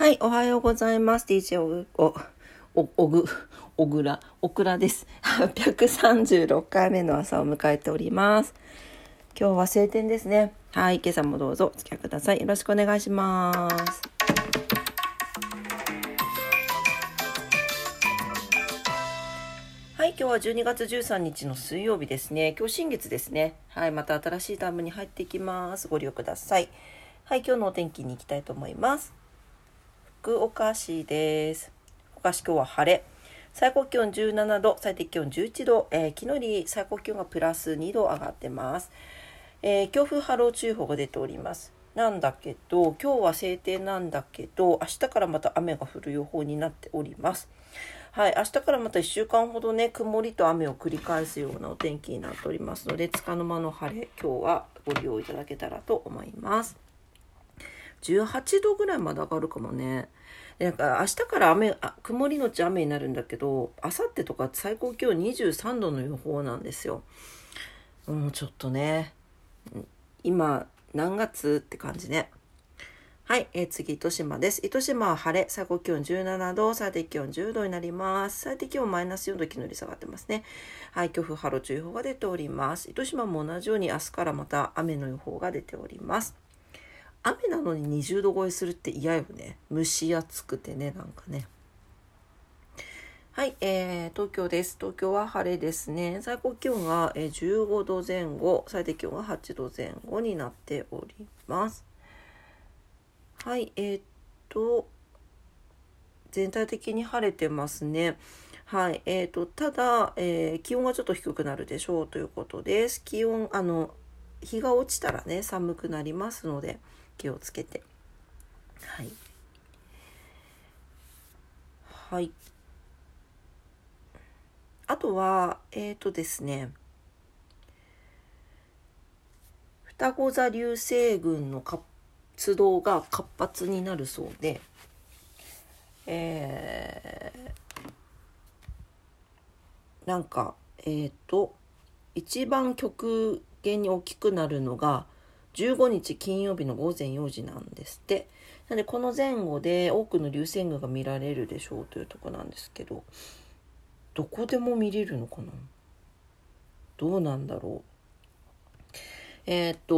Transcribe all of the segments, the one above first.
はい、おはようございます。DJ オクラです。836回目の朝を迎えております。今日は晴天ですね。はい、今朝もどうぞお付き合いください。よろしくお願いします。はい、今日は12月13日の水曜日ですね。今日新月ですね。はい、また新しいタームに入っていきます。ご利用ください。はい、今日のお天気に行きたいと思います。福岡市です。福岡市今日は晴れ。最高気温17度、最低気温11度、昨日より最高気温がプラス2度上がってます。強風波浪注意報が出ております。なんだけど、今日は晴天なんだけど、明日からまた雨が降る予報になっております。はい、明日からまた1週間ほどね、曇りと雨を繰り返すようなお天気になっておりますので、束の間の晴れ、今日はご利用いただけたらと思います。18度ぐらいまで上がるかもね。なんか明日から曇りのち雨になるんだけど、明後日とか最高気温23度の予報なんですよ。ちょっとね、今何月って感じね。はい、次糸島です。糸島は晴れ、最高気温17度、最低気温10度になります。最低気温マイナス4度、昨日より下がってますね。はい、強風波浪注意報が出ております。糸島も同じように明日からまた雨の予報が出ております。雨なのに20度超えするって嫌よね。蒸し暑くてね、なんかね。はい、東京です。東京は晴れですね。最高気温が15度前後、最低気温が8度前後になっております。はい、全体的に晴れてますね。はい、ただ、気温がちょっと低くなるでしょうということです。日が落ちたらね、寒くなりますので、気をつけて。はい。はい。あとは、ですね、双子座流星群の活動が活発になるそうで、なんか、一番極限に大きくなるのが、15日金曜日の午前4時なんですって。なのでこの前後で多くの流星群が見られるでしょうというところなんですけど、どこでも見れるのかな？どうなんだろう。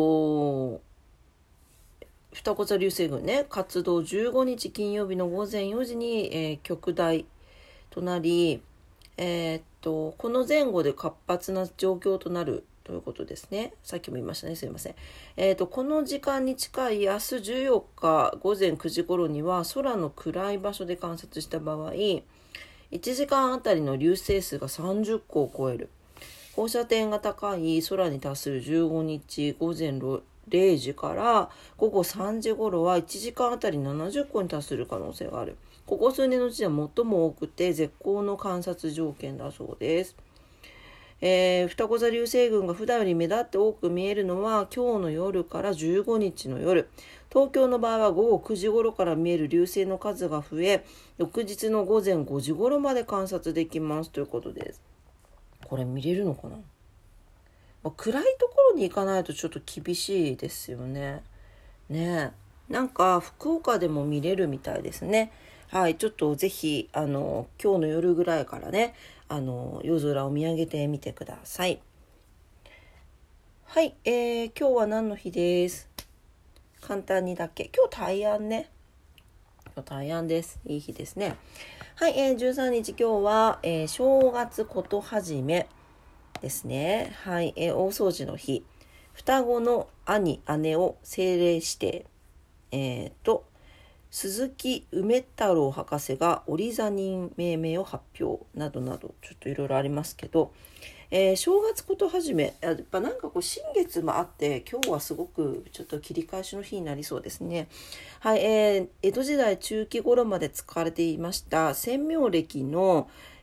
双子座流星群ね、活動15日金曜日の午前4時に、極大となり、この前後で活発な状況となるということですね。さっきも言いましたね。すいません。この時間に近い明日14日午前9時頃には空の暗い場所で観察した場合、1時間あたりの流星数が30個を超える。放射点が高い空に達する15日午前0時から午後3時頃は1時間あたり70個に達する可能性がある。ここ数年のうちでは最も多くて絶好の観察条件だそうです。双子座流星群が普段より目立って多く見えるのは今日の夜から15日の夜。東京の場合は午後9時頃から見える流星の数が増え、翌日の午前5時頃まで観察できますということです。これ見れるのかな？暗いところに行かないとちょっと厳しいですよね。ねえ。なんか福岡でも見れるみたいですね。はい、ちょっとぜひ今日の夜ぐらいからね、夜空を見上げてみてください。はい、今日は何の日です。簡単にだけ。今日大安ね。今日大安です。いい日ですね。はい、13日今日は、正月ことはじめですね。はい、大掃除の日。双子の兄、姉を政令指定。鈴木梅太郎博士が折座人命名を発表などなどちょっといろいろありますけど、正月ことはじめやっぱなんかこう新月もあって今日はすごくちょっと切り返しの日になりそうですね。はい、江戸時代中期頃まで使われていました千明暦の、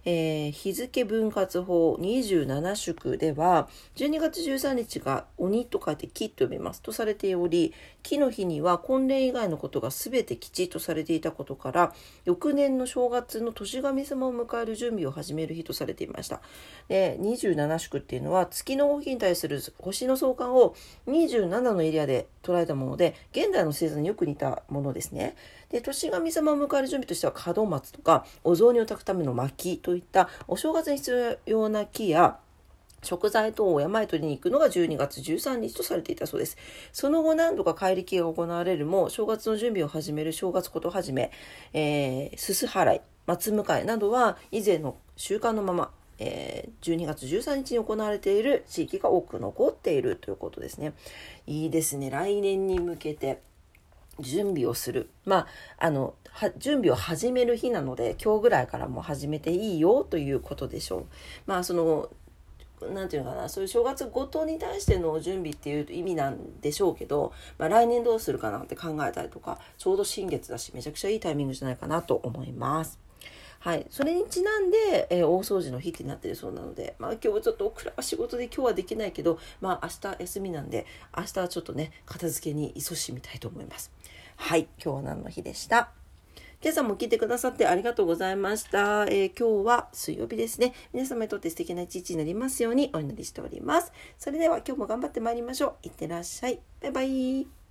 日付分割法27祝では、12月13日が鬼と書いて忌と呼びますとされており、忌の日には婚礼以外のことが全て吉とされていたことから、翌年の正月の年神様を迎える準備を始める日とされていました。で、27祝っていうのは月の動きに対する星の相関を27のエリアで捉えたもので、現代の星座によく似たものですね。で、年神様を迎える準備としては門松とかお雑煮を炊くための薪といったお正月に必要な木や食材等を山へ取りに行くのが12月13日とされていたそうです。その後何度か怪力が行われるも、正月の準備を始める正月ことはじめ、すす払い、松迎えなどは以前の習慣のまま、12月13日に行われている地域が多く残っているということですね。いいですね。来年に向けて準備をする。準備を始める日なので、今日ぐらいからもう始めていいよということでしょう。なんていうのかな、そういう正月ごとに対しての準備っていう意味なんでしょうけど、来年どうするかなって考えたりとか、ちょうど新月だし、めちゃくちゃいいタイミングじゃないかなと思います。はい、それにちなんで、大掃除の日ってなってるそうなので、今日ちょっとオクラは仕事で今日はできないけど、明日休みなんで、明日はちょっとね、片付けに勤しみたいと思います。はい、今日は何の日でした。今朝も聞いてくださってありがとうございました。今日は水曜日ですね。皆様にとって素敵な一日になりますようにお祈りしております。それでは今日も頑張ってまいりましょう。いってらっしゃい。バイバイ。